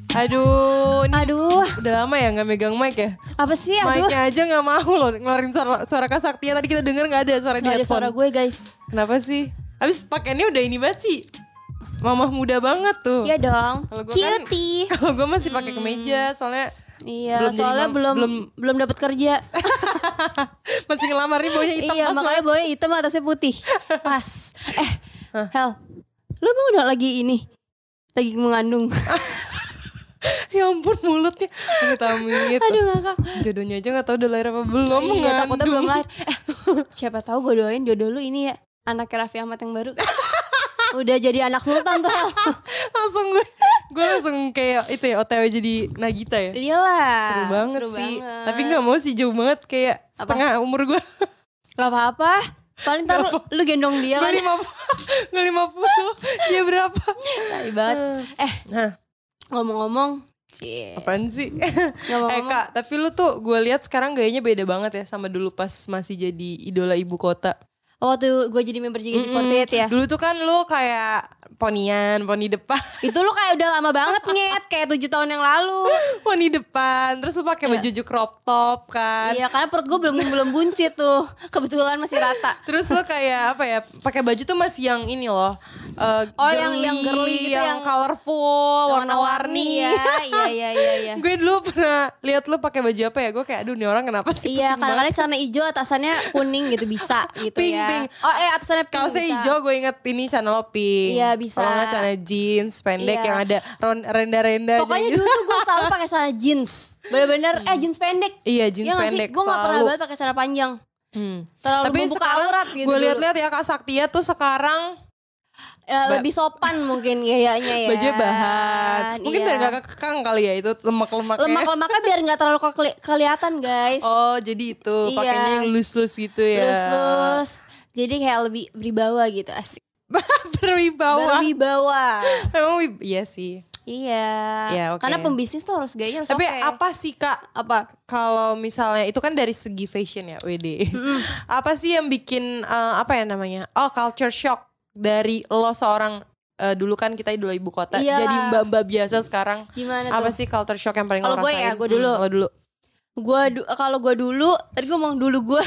Aduh, ini Aduh, udah lama ya gak megang mic ya. apa sih? Aduh, Mic-nya aja gak mau loh ngeluarin suara Kasaktia. Tadi kita denger gak ada suara di nggak ada headphone. suara gue guys. Kenapa sih? Abis pakaiannya udah ini banget sih. Mamah muda banget tuh. Iya dong. Kalau gue kan, Cutie. kalau gue masih pakai kemeja soalnya Iya, belum jadi soalnya belum dapat kerja. masih ngelamar nih baunya hitam. Iya, pas makanya bawahnya hitam atasnya putih. Pas. Hel, lu emang udah lagi mengandung. Ya ampun mulutnya. Amit-amit. Aduh ngakak. Jodohnya aja gak tahu udah lahir apa belum. Iya, takutnya mengandung. belum lahir. Siapa tahu gue doain jodoh lu ini ya anaknya Raffi Ahmad yang baru. Udah jadi anak sultan tuh Hel. Langsung gue langsung kayak itu ya OTW jadi Nagita ya. Iyalah. Seru banget seru sih. banget. Tapi gak mau sih jauh banget kayak setengah umur gue. Gak apa-apa. Paling ntar lu gendong dia kan. Gue 50. Dia berapa? Tai banget. Nah, Ngomong-ngomong, cie. apaan sih? Ngomong-ngomong. Kak, tapi lu tuh gue lihat sekarang gayanya beda banget ya sama dulu pas masih jadi idola ibu kota. Waktu gue jadi member JKT48 ya. Dulu tuh kan lu kayak poni depan. Itu lu kayak udah lama banget Nyet. Kayak 7 tahun yang lalu. Poni depan, terus lu pakai baju crop top kan. Iya karena perut gue belum buncit tuh. Kebetulan masih rata. Terus lu kayak apa ya? Pakai baju tuh masih yang ini loh. yang girly gitu, yang colorful, warna-warni. Iya. Gue dulu pernah lihat lu pakai baju apa ya? Gue kayak aduh nih orang kenapa sih? Iya, pusing kadang-kadang celana hijau atasannya kuning gitu bisa gitu Pink, ya. pink. Oh, atasannya pink. Kaosnya bisa. hijau gue inget ini channel lo pink. Iya, bisa. Kalau nggak celana jeans pendek Iya. yang ada renda-renda. Pokoknya dulu tuh gue selalu pakai celana jeans. Bener-bener jeans pendek. Iya, jeans pendek. Gue gak pernah selalu. banget pakai celana panjang. Terlalu Tapi membuka sekarang aurat gitu. gue dulu. lihat-lihat ya Kak Saktia tuh sekarang lebih sopan mungkin gayanya ya. bajunya bahan. Mungkin biar gak kekang kali ya itu lemak-lemaknya. Lemak-lemaknya biar gak terlalu kelihatan guys. Oh jadi itu Iya. pakainya yang loose-loose gitu ya. Lus-lus. Jadi kayak lebih berwibawa gitu asik. Berwibawa. Emang iya sih. Iya. Ya, oke. Karena pembisnis tuh harus gayanya harus Tapi oke. apa sih Kak? Apa? Kalau misalnya itu kan dari segi fashion ya WD. Apa sih yang bikin apa ya namanya? Oh culture shock dari lo seorang dulu kan kita idola ibu kota. Iyalah. Jadi mbak-mbak biasa sekarang. Gimana Apa tuh? sih culture shock yang paling Kalau lo gue rasain? ya, gue dulu. Lo dulu. Kalau gue dulu, tadi gue ngomong dulu gue.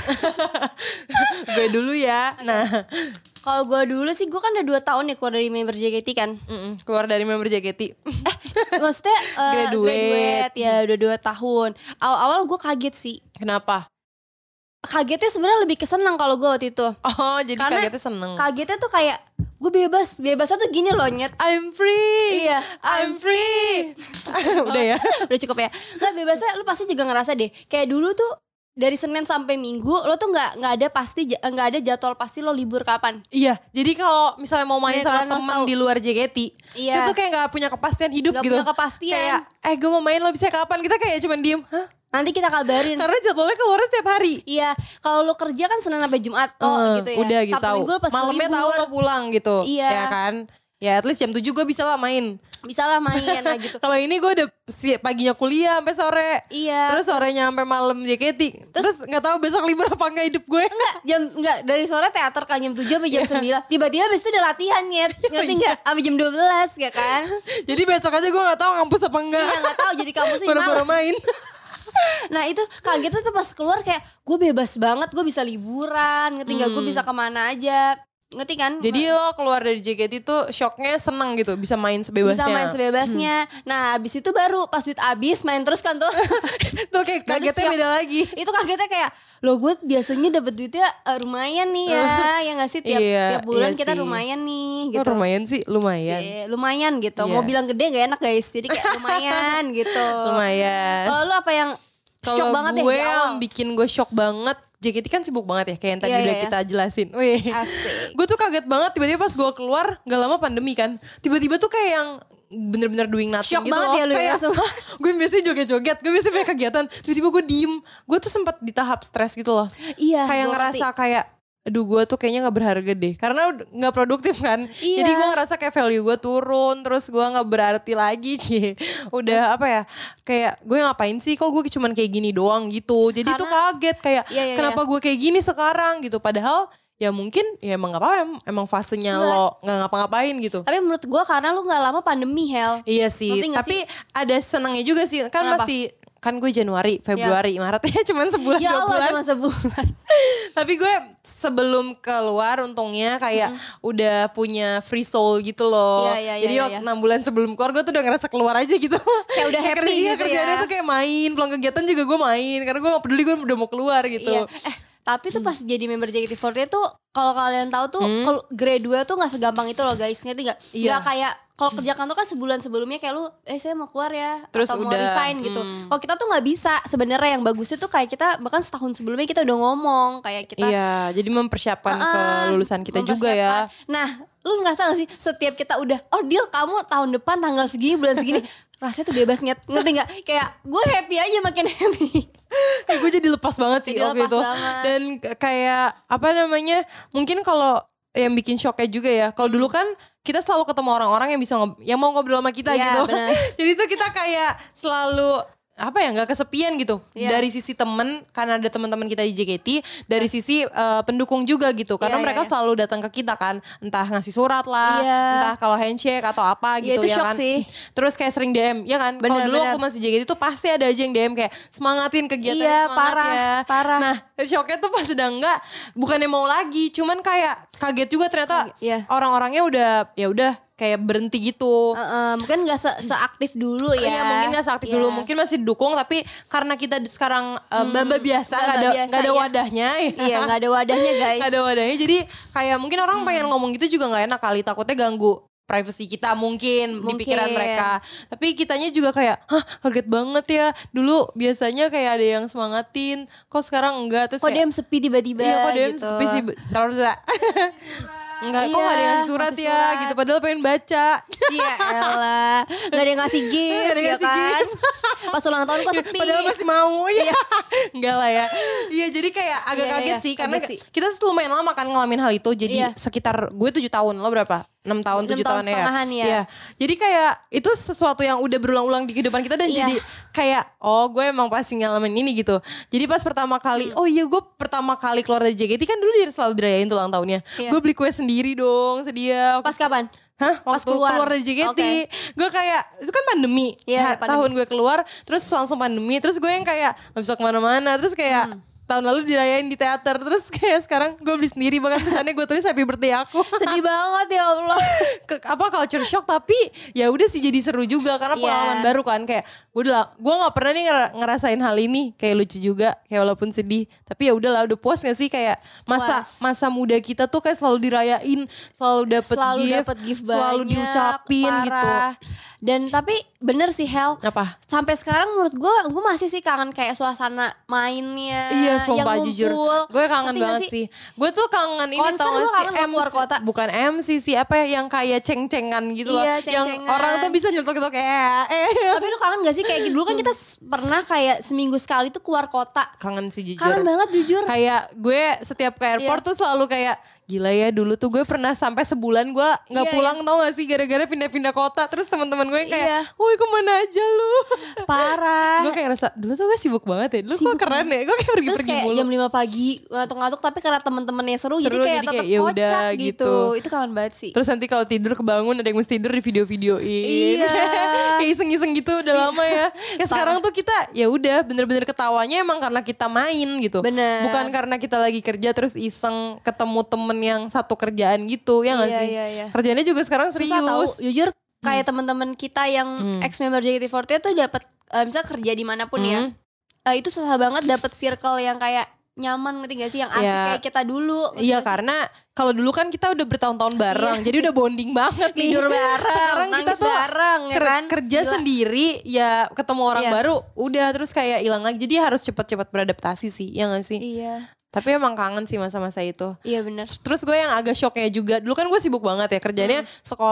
Gue dulu ya. Nah, Kalau gue dulu sih gue kan udah 2 tahun ya keluar dari member JKT kan. keluar dari member JKT. Maksudnya Graduate. ya udah 2 tahun. Awal-awal gue kaget sih. Kenapa? Kagetnya sebenarnya lebih kesenang kalau gue waktu itu. Oh, jadi Karena kagetnya seneng. Kagetnya tuh kayak gue bebasnya tuh gini loh Nyet. I'm free. Iya, I'm free. Udah ya. Udah cukup ya. Nggak, bebasnya lu pasti juga ngerasa deh. Kayak dulu tuh dari Senin sampai Minggu lo tuh nggak ada jadwal pasti lo libur kapan. Iya, jadi kalau misalnya mau main Iya, sama kalian harus teman tahu. di luar JKT, Iya. itu tuh kayak gak punya kepastian hidup Nggak gitu. punya kepastian. Kayak, gue mau main lo bisa kapan? Kita kayak cuman diem, hah? Nanti kita kabarin. Karena jadwalnya keluar setiap hari. Iya, kalau lo kerja kan Senin sampai Jumat gitu ya. Udah gitu Sabtu tahu. Minggu pasti Malamnya libur. tahu lo pulang gitu. Iya. Ya kan? Ya at least jam 7 gue bisa lah main. Bisa lah main lah gitu. Kalau ini gue udah paginya kuliah sampai sore. Iya. Terus sorenya sampai malam JKT. Terus gak tahu besok libur apa enggak hidup gue. Enggak dari sore teater kan jam 7 sampai jam 9. Tiba-tiba abis itu udah latihan Nyet. Ngerti enggak? Sampai jam 12 ya kan? Jadi besok aja gue gak tahu ngampus apa enggak. Iya enggak tahu jadi kampusnya Pura-pura malas. main. Nah itu kaget tuh pas keluar kayak gue bebas banget, gue bisa liburan, ngerti nggak? Gue bisa kemana aja, ngerti kan? Jadi lo keluar dari JKT tuh shocknya seneng gitu, bisa main sebebasnya. bisa main sebebasnya. Nah abis itu baru pas duit abis main terus kan tuh. Tuh kayak kagetnya shock. beda lagi. Itu kagetnya kayak lo buat biasanya dapat duitnya lumayan nih ya, ya nggak sih tiap bulan iya kita sih. lumayan nih Oh, gitu. lumayan sih, lumayan. Lumayan gitu. Iya. Mau bilang gede gak enak guys. Jadi kayak lumayan gitu. Lumayan. Kalau lu apa yang shock Kalau banget deh gue di awal? yang bikin gue shock banget, JKT kan sibuk banget ya, kayak yang tadi Iya, udah iya. kita jelasin. Wih. Asik. Gue tuh kaget banget tiba-tiba pas gue keluar, gak lama pandemi kan. Tiba-tiba tuh kayak yang bener-bener doing nothing Shock gitu banget loh. ya lu ya, Kayak, sumpah. gue biasanya joget-joget, gue biasanya punya kegiatan. Tiba-tiba gue diem, gue tuh sempat di tahap stres gitu loh. Iya. Kayak gua ngerasa ngerti. kayak aduh gue tuh kayaknya gak berharga deh. Karena gak produktif kan. Iya. Jadi gue ngerasa kayak value gue turun. Terus gue gak berarti lagi Cie. Udah apa ya, kayak gue ngapain sih, kok gue cuman kayak gini doang gitu. Jadi tuh kaget kayak Iya, iya, kenapa gue kayak gini sekarang gitu. Padahal ya mungkin ya emang gak apa-apa, emang fasenya lo gak ngapa-ngapain gitu. Tapi menurut gue karena lu gak lama pandemi Hel. Iya sih, tapi ada senangnya juga sih. Kan kenapa? masih, kan gue Januari, Februari, Maretnya cuman sebulan, ya 2 Allah, bulan. cuma sebulan. Tapi gue sebelum keluar untungnya kayak udah punya free soul gitu loh. Jadi waktu 6 bulan sebelum keluar gue tuh udah ngerasa keluar aja gitu. Kayak udah happy gitu kerjaannya tuh kayak main, pulang kegiatan juga gue main. Karena gue gak peduli, gue udah mau keluar gitu. Iya. Tapi tuh pas jadi member JKT48 tuh kalau kalian tahu tuh grade 2 tuh gak segampang itu loh guys, ngerti gak? Gak kayak kalau kerja kantor kan sebulan sebelumnya kayak lu saya mau keluar ya, terus atau udah mau resign gitu. Kalau kita tuh nggak bisa sebenarnya, yang bagusnya tuh kayak kita bahkan setahun sebelumnya kita udah ngomong kayak kita. Iya, jadi mempersiapkan kelulusan kita juga ya. Nah, lu ngerasa gak sih setiap kita udah deal kamu tahun depan tanggal segini bulan segini rasanya tuh bebas ngerti gak? Kayak gue happy aja, makin happy. Gue jadi lepas banget sih waktu itu. Dan kayak apa namanya, mungkin kalau yang bikin shocknya juga ya, kalau dulu kan kita selalu ketemu orang-orang yang bisa yang mau ngobrol sama kita gitu. Jadi tuh kita kayak selalu apa ya, nggak kesepian gitu dari sisi temen, karena ada teman-teman kita di JKT, dari sisi pendukung juga gitu, karena mereka selalu datang ke kita kan, entah ngasih surat lah, entah kalau handshake atau apa gitu itu ya shock kan. sih. Terus kayak sering DM ya kan, kalau dulu waktu masih JKT tuh pasti ada aja yang DM kayak semangatin kegiatan, semangat parah. Nah shocknya tuh pas udah enggak, bukannya mau lagi, cuman kayak kaget juga ternyata orang-orangnya udah kayak berhenti gitu. Mungkin gak seaktif dulu ya. Iya, mungkin gak seaktif dulu, mungkin masih dukung, tapi karena kita sekarang mbak biasa, gak ada wadahnya. Iya, gak ada wadahnya guys. Gak ada wadahnya, jadi kayak mungkin orang pengen ngomong gitu juga gak enak kali, takutnya ganggu privacy kita mungkin di pikiran mereka. Tapi kitanya juga kayak, kaget banget ya. Dulu biasanya kayak ada yang semangatin, kok sekarang enggak. Terus kok DM sepi tiba-tiba iya, kok DM gitu. sepi sih. Terus enggak, kok gak ada yang ngasih surat ya gitu, padahal pengen baca. Iya elah, gak ada yang ngasih gift ya kan. Pas ulang tahun kok sepi, padahal masih mau ya. Enggak lah ya. Iya, jadi kayak agak kaget sih, karena kita lumayan lama kan ngalamin hal itu. Jadi sekitar gue 7 tahun, lo berapa? 6 tahun, 7 tahun ya. Iya. Jadi kayak itu sesuatu yang udah berulang-ulang di kehidupan kita, dan jadi kayak gue emang pasti ngalamin ini gitu. Jadi pas pertama kali, gue pertama kali keluar dari JKT kan dulu selalu dirayain tuh ulang tahunnya. Gue beli kue sendiri dong, sedia. Pas kapan? Waktu keluar dari JKT. Gue kayak, itu kan pandemi. Tahun gue keluar, terus langsung pandemi. Terus gue yang kayak gak bisa kemana-mana. Terus kayak tahun lalu dirayain di teater. Terus kayak sekarang gue beli sendiri, bahkan kesannya gue tulis happy birthday aku. Sedih banget ya Allah. Culture shock, tapi ya udah sih jadi seru juga, karena pengalaman baru kan. Kayak gue gak pernah nih ngerasain hal ini, kayak lucu juga, kayak walaupun sedih, tapi ya udahlah, udah puas gak sih, kayak masa muda kita tuh kayak selalu dirayain, selalu dapet gift selalu banyak, diucapin gitu. Dan tapi bener sih Hel, apa? Sampai sekarang menurut gue masih sih kangen kayak suasana mainnya. Iya sumpah, yang jujur gue kangen banget sih. Gue tuh kangen ini, tau gak sih, keluar kota. Bukan MC sih, apa ya, yang kayak ceng-cengan gitu loh. Yang orang tuh bisa nyetok gitu kayak Tapi lu kangen gak sih kayak dulu kan kita pernah kayak seminggu sekali tuh keluar kota. Kangen sih jujur. Kangen banget jujur. Kayak gue setiap ke airport tuh selalu kayak, gila ya, dulu tuh gue pernah sampai sebulan gue nggak pulang, tau gak sih, gara-gara pindah-pindah kota. Terus teman-teman gue yang kayak, woi kemana aja lu? Parah. Gue kayak ngerasa dulu tuh gue sibuk banget ya. Dulu kok keren ya, gue kayak pergi-pergi kayak mulu. Jam 5 pagi ngantuk-ngantuk, tapi karena temen-temennya seru jadi kayak tetap kocak gitu. Itu kangen banget sih. Terus nanti kalau tidur kebangun ada yang mesti tidur di video-videoin. Iya. Kayak iseng-iseng gitu, udah lama ya. Kayak sekarang tuh kita ya udah bener-bener ketawanya emang karena kita main gitu. Bener. Bukan karena kita lagi kerja terus iseng ketemu temen yang satu kerjaan gitu, ya gak sih? Iya. Kerjanya juga sekarang serius. Susah tahu, jujur kayak teman-teman kita yang ex member JKT48 tuh dapat misalnya kerja dimanapun ya, itu susah banget dapat circle yang kayak nyaman, ngerti gak sih, yang asik kayak kita dulu. Iya, karena kalau dulu kan kita udah bertahun-tahun bareng, jadi udah bonding banget nih. Tidur bareng, sekarang kita tuh bareng, ya kan? Kerja sendiri, ya ketemu orang baru, udah terus kayak hilang lagi. Jadi harus cepat-cepat beradaptasi sih, ya gak sih? Iya. Tapi emang kangen sih masa-masa itu. Iya benar. Terus gue yang agak shocknya juga, dulu kan gue sibuk banget ya kerjanya, sekolah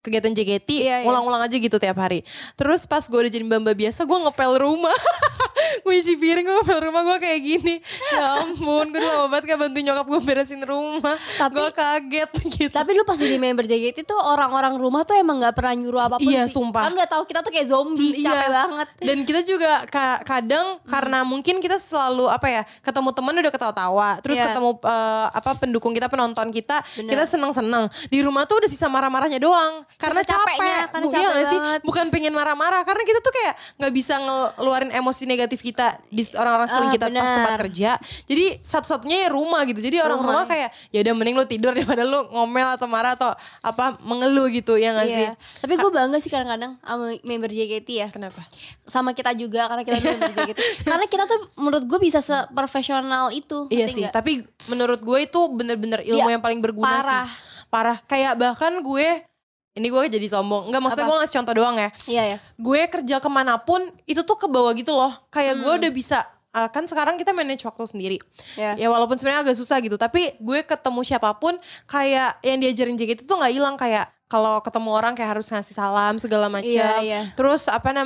kegiatan JKT ulang-ulang aja gitu tiap hari. Terus pas gue udah jadi mbak biasa, gue ngepel rumah. Gue cuci piring, gue ngepel rumah, gue kayak gini. Ya ampun, gue udah lama banget gak bantu nyokap gue beresin rumah. Gue kaget gitu. Tapi lu pas jadi member JKT tuh orang-orang rumah tuh emang gak pernah nyuruh apapun sih. Sumpah. Kan udah tahu kita tuh kayak zombie, capek banget. Dan kita juga kadang karena mungkin kita selalu ketemu teman udah ketawa-tawa. Terus ketemu pendukung kita, penonton kita, kita senang-senang. Di rumah tuh udah sisa marah-marahnya doang. Karena capek. Iya gak sih? Bukan pengen marah-marah. Karena kita tuh kayak gak bisa ngeluarin emosi negatif kita di orang-orang sekeliling kita pas tempat kerja. Jadi satu-satunya ya rumah gitu. Jadi orang rumah kayak ya udah mending lu tidur daripada lu ngomel atau marah atau mengeluh gitu ya gak sih? Tapi gue bangga sih kadang-kadang sama member JKT ya. Kenapa? Sama kita juga karena kita member JKT. Karena kita tuh menurut gue bisa seprofesional itu. Iya sih. Tapi menurut gue itu bener-bener ilmu yang paling berguna sih. Parah. Kayak bahkan gue, ini gue jadi sombong. Enggak, maksudnya gue ngasih contoh doang ya. Iya. Gue kerja kemanapun itu tuh ke bawah gitu loh. Kayak gue udah bisa, kan sekarang kita manage waktu sendiri. Ya walaupun sebenarnya agak susah gitu. Tapi gue ketemu siapapun kayak yang diajarin JKT tuh gak hilang. Kayak kalau ketemu orang kayak harus ngasih salam segala macam. Terus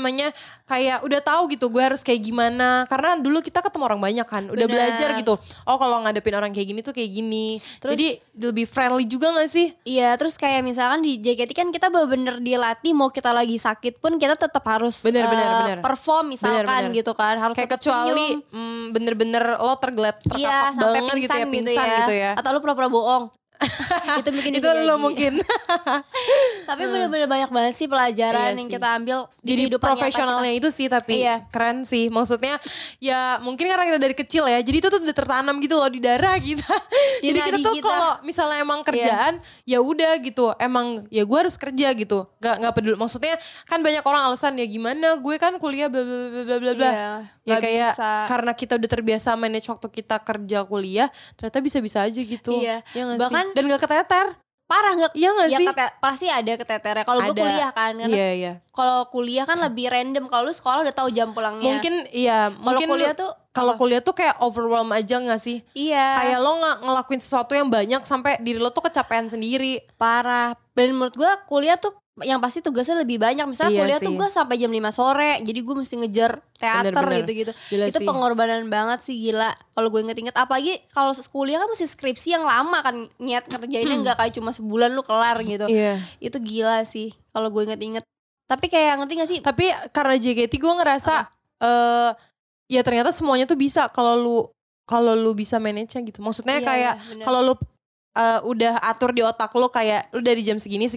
kayak udah tahu gitu gue harus kayak gimana. Karena dulu kita ketemu orang banyak kan. Udah belajar gitu. Oh kalau ngadepin orang kayak gini tuh kayak gini. Terus, jadi lebih friendly juga gak sih? Iya, terus kayak misalkan di JKT kan kita bener-bener dilatih mau kita lagi sakit pun kita tetap harus perform misalkan gitu kan. Harus kayak kecuali bener-bener lo tergeletak sampai banget pingsan pingsan gitu ya. Atau lo pura-pura bohong. Itu mungkin itu lo mungkin. Tapi bener-bener banyak banget sih pelajaran yang kita ambil. Jadi profesionalnya itu sih tapi keren sih. Maksudnya ya mungkin karena kita dari kecil ya. Jadi itu tuh udah tertanam gitu loh di darah kita. Jadi kita tuh kalau misalnya emang kerjaan ya udah gitu. Emang ya gue harus kerja gitu. Gak peduli. Maksudnya kan banyak orang alasan ya gimana gue kan kuliah bla bla bla bla bla. Ya kayak karena kita udah terbiasa manage waktu kita kerja kuliah, ternyata bisa-bisa aja gitu. Iya. Ya gak bahkan sih? Dan gak keteter. Parah gak? Iya gak sih? Pasti ada keteternya. Kalau gue kuliah kan. Kalau kuliah kan lebih random. Kalau lu sekolah udah tahu jam pulangnya. Mungkin kalau kuliah tuh kayak overwhelm aja gak sih? Iya. Kayak lo ngelakuin sesuatu yang banyak sampai diri lo tuh kecapean sendiri. Parah. Dan menurut gue kuliah tuh yang pasti tugasnya lebih banyak. Misalnya kuliah tuh gue sampai jam 5 sore. Jadi gue mesti ngejar teater gitu-gitu. Itu pengorbanan banget sih, gila. Kalau gue inget-inget, apalagi kalau kuliah kan mesti skripsi yang lama kan. Niat ngerjainnya gak kayak cuma sebulan lu kelar gitu. Itu gila sih kalau gue inget-inget. Tapi kayak ngerti gak sih? Tapi karena JKT gue ngerasa ya ternyata semuanya tuh bisa kalau lu bisa manage-nya gitu. Maksudnya kayak kalau lu udah atur di otak lo kayak lu dari jam segini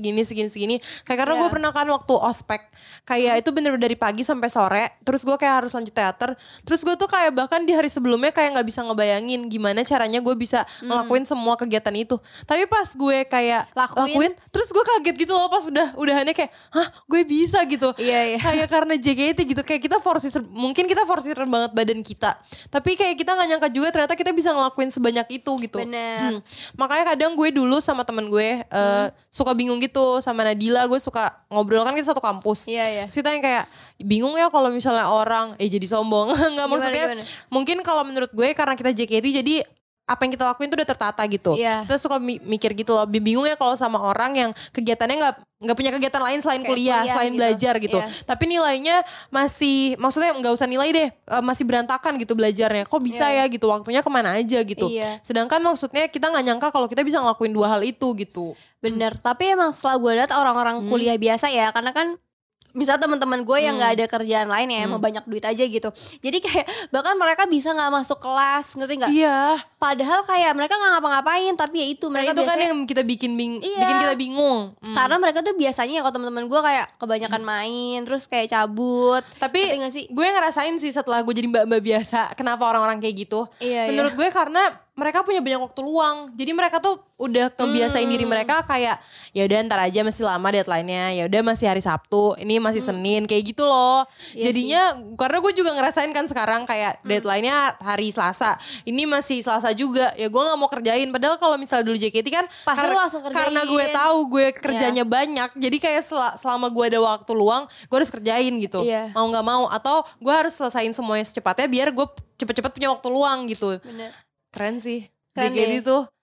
kayak karena gue pernah kan waktu ospek kayak itu bener-bener dari pagi sampai sore, terus gue kayak harus lanjut teater, terus gue tuh kayak bahkan di hari sebelumnya kayak nggak bisa ngebayangin gimana caranya gue bisa ngelakuin semua kegiatan itu. Tapi pas gue kayak lakuin terus gue kaget gitu loh pas udahannya kayak hah gue bisa gitu. Kayak karena JKT gitu kayak mungkin kita forsir banget badan kita, tapi kayak kita nggak nyangka juga ternyata kita bisa ngelakuin sebanyak itu gitu. Makanya kadang gue dulu sama temen gue suka bingung gitu sama Nadila, gue suka ngobrol kan kita satu kampus. Terus kita yang kayak bingung ya kalau misalnya orang jadi sombong. Nggak, maksudnya mungkin kalau menurut gue karena kita JKT jadi apa yang kita lakuin tuh udah tertata gitu. Kita suka mikir gitu loh. Bingung ya kalau sama orang yang kegiatannya nggak punya kegiatan lain selain kuliah selain gitu. Belajar gitu. Tapi nilainya masih, maksudnya nggak usah nilai deh, masih berantakan gitu belajarnya. Kok bisa ya gitu, waktunya kemana aja gitu. Sedangkan maksudnya kita nggak nyangka kalau kita bisa ngelakuin dua hal itu gitu. Bener. Tapi emang setelah gue lihat orang-orang kuliah biasa ya, karena kan misalnya teman-teman gue yang nggak ada kerjaan lain ya, mau banyak duit aja gitu. Jadi kayak bahkan mereka bisa nggak masuk kelas, ngerti nggak? Padahal kayak mereka nggak ngapa-ngapain, tapi ya itu mereka itu kan yang kita bikin kita bingung. Karena mereka tuh biasanya kalau teman-teman gue kayak kebanyakan main, terus kayak cabut. Tapi gue ngerasain sih setelah gue jadi mbak-mbak biasa, kenapa orang-orang kayak gitu? Menurut gue karena mereka punya banyak waktu luang. Jadi mereka tuh udah kebiasain diri mereka kayak ya udah ntar aja masih lama deadline-nya. Ya udah masih hari Sabtu, ini masih Senin kayak gitu loh. Jadinya karena gue juga ngerasain kan sekarang kayak deadline-nya hari Selasa. Ini masih Selasa juga. Ya gue enggak mau kerjain. Padahal kalau misalnya dulu JKT kan karena gue tahu gue kerjanya banyak. Jadi kayak selama gue ada waktu luang, gue harus kerjain gitu. Mau enggak mau, atau gue harus selesain semuanya secepatnya biar gue cepet-cepet punya waktu luang gitu. Bener. Keren sih JKT tuh.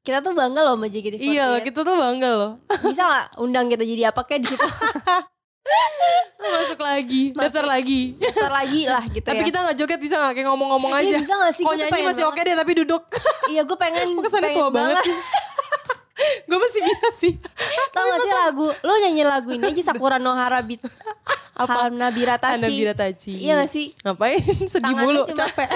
Kita tuh bangga loh sama JKT48. Iya, kita tuh bangga loh. Bisa gak undang kita jadi apa kayak di situ? Masuk lagi, daftar lagi lah gitu. Tapi kita gak joget, bisa gak? Kayak ngomong-ngomong aja. Bisa gak sih? Kok nyanyi masih oke deh tapi duduk. Iya, gue pengen. Kesannya tua banget sih. Gue masih bisa sih. Tau gak sih lagu, lo nyanyi lagu ini aja, Sakura no Harabit apa? Hanabira Tachi. Iya gak sih? Ngapain? Sedih mulu, capek.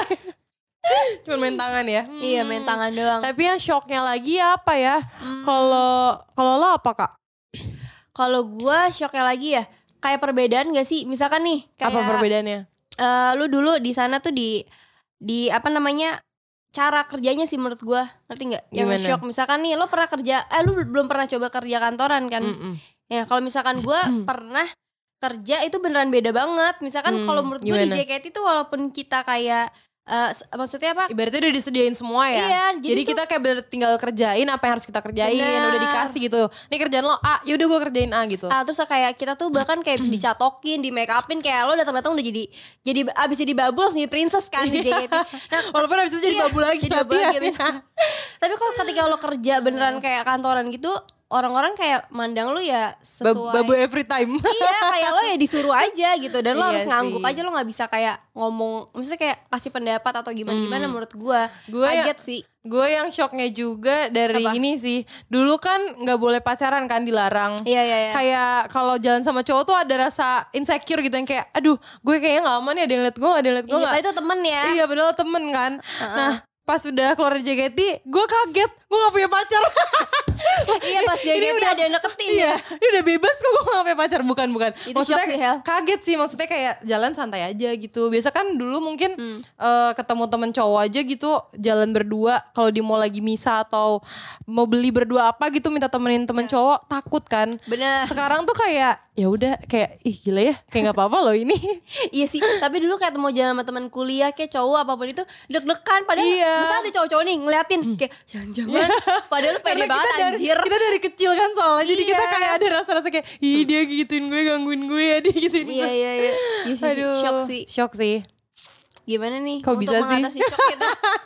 Cuma main tangan ya. Iya, main tangan doang. Tapi yang shocknya lagi apa ya? Kalau lo apa Kak? Kalau gue shocknya lagi ya, kayak perbedaan gak sih? Misalkan nih kayak, apa perbedaannya? Lu dulu di sana tuh di apa namanya, cara kerjanya sih menurut gue, ngerti gak? Yang shock misalkan nih lo pernah kerja, lu belum pernah coba kerja kantoran kan? Ya kalau misalkan gue pernah kerja itu beneran beda banget. Misalkan kalau menurut gue di JKT itu walaupun kita kayak maksudnya apa? Ibaratnya udah disediain semua ya. Iya, jadi kita kayak bener tinggal kerjain apa yang harus kita kerjain. Udah dikasih gitu. Nih kerjaan lo A, yaudah gue kerjain A gitu. Terus kayak kita tuh bahkan kayak dicatokin, di make upin, kayak lo datang-datang udah jadi abis jadi babu langsung jadi princess kan di JKT. Nah, walaupun abis itu jadi babu lagi. Jadi babu lagi abis. Tapi kalau ketika lo kerja beneran kayak kantoran gitu, orang-orang kayak mandang lu ya sesuai babu every time. Iya, kayak lo ya disuruh aja gitu. Dan lo harus ngangguk aja, lo gak bisa kayak ngomong, maksudnya kayak kasih pendapat atau gimana-gimana. Menurut gue kaget sih. Gue yang shocknya juga dari ini sih, dulu kan gak boleh pacaran kan, dilarang. Iya. Kayak kalau jalan sama cowok tuh ada rasa insecure gitu, yang kayak aduh gue kayaknya gak aman ya, ada yang liat gue, Iya, padahal itu temen ya. Iya, padahal temen kan. Nah pas udah keluar dari JKT, gue kaget, gue gak punya pacar. Iya, pas JKT ada yang deketin ya. Ini udah bebas kok, gue gak punya pacar. Bukan itu maksudnya sih, kaget sih. Maksudnya kayak jalan santai aja gitu. Biasa kan dulu mungkin ketemu temen cowok aja gitu, jalan berdua. Kalau di mall lagi misa atau mau beli berdua apa gitu, minta temenin temen cowok, takut kan. Bener. Sekarang tuh kayak ya udah, kayak ih gila ya, kayak gak apa-apa loh ini. Iya sih, tapi dulu kayak mau jalan sama teman kuliah kayak cowok apapun itu deg-degan. Padahal masa ada cowok-cowok nih ngeliatin kayak jangan-jangan padahal pede banget anjir. Kita dari kecil kan soalnya, jadi kita kayak ada rasa-rasa kayak ih dia gituin gue, gangguin gue ya, dia gituin gue. Iya sih, aduh, shock sih. Gimana nih kok bisa sih shock kita?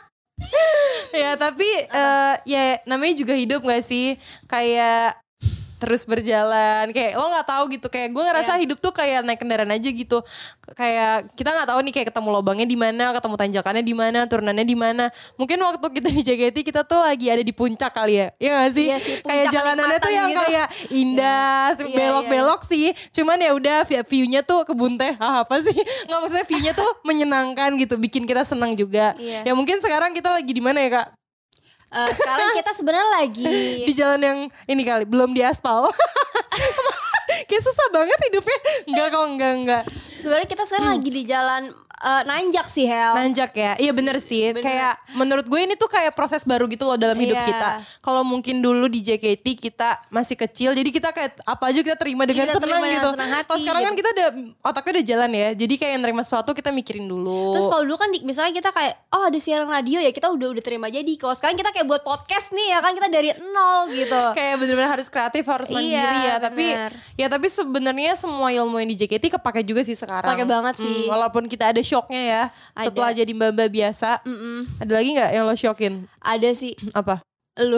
Ya tapi ya namanya juga hidup gak sih, kayak terus berjalan, kayak lo nggak tahu gitu. Kayak gue ngerasa hidup tuh kayak naik kendaraan aja gitu. Kayak kita nggak tahu nih kayak ketemu lubangnya di mana, ketemu tanjakannya di mana, turunannya di mana. Mungkin waktu kita di JKT kita tuh lagi ada di puncak kali ya, ya nggak sih? Iya sih, kayak jalanannya tuh yang gitu. Kayak indah, belok-belok sih. Cuman ya udah view-nya tuh kebun teh, apa sih? Nggak, maksudnya view-nya tuh menyenangkan gitu, bikin kita senang juga. Ya mungkin sekarang kita lagi di mana ya Kak? Sekarang kita sebenarnya lagi di jalan yang ini kali, belum diaspal. Kayak susah banget hidupnya. Enggak. Sebenarnya kita sekarang lagi di jalan nanjak sih, Hel. Nanjak ya, iya bener sih. Kayak menurut gue ini tuh kayak proses baru gitu loh dalam hidup kita. Kalau mungkin dulu di JKT kita masih kecil, jadi kita kayak apa aja kita terima dengan senang gitu. Kalau sekarang kan kita udah otaknya udah jalan ya, jadi kayak nerima sesuatu kita mikirin dulu. Terus kalau dulu kan misalnya kita kayak ada siaran radio ya, kita udah terima jadi. Kalau sekarang kita kayak buat podcast nih ya kan, kita dari nol gitu. Kayak bener-bener harus kreatif, harus mandiri ya. Tapi sebenarnya semua ilmu yang di JKT kepake juga sih sekarang. Pakai banget sih. Walaupun kita ada shocknya ya, setelah jadi mbak-mbak biasa. Ada lagi gak yang lo shockin? Ada sih. Apa? Lu.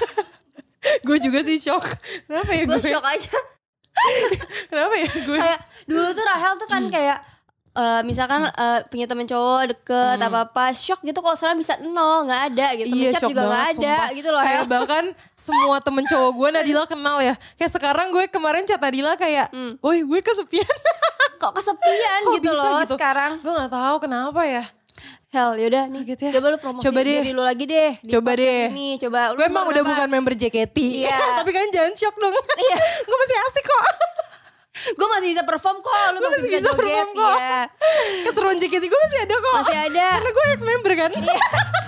Gue juga sih shock. Kenapa ya gue? Gue shock aja. Kenapa ya gue? Kayak dulu tuh Rahel tuh kan kayak misalkan punya temen cowok deket apa-apa, shock gitu. Kalau sekarang bisa nol, gak ada gitu. Ngechat juga gak ada gitu loh. Kayak bahkan semua temen cowok gue Nadila kenal ya. Kayak sekarang gue kemarin chat Nadila kayak woi gue kesepian. Kok kesepian gitu loh gitu sekarang. Gue gak tahu kenapa ya. Hel, yaudah nih gitu ya. Coba lu promosi diri lu lagi deh. Coba deh. Nih, coba. Gue emang udah bukan member JKT. Iya. Tapi kalian jangan shock dong. Iya. Gue masih asik kok. Gue masih bisa perform kok. Lu masih bisa joget kok. Keseruan JKT gue masih ada kok. Masih ada. Karena gue ex-member kan. Iya.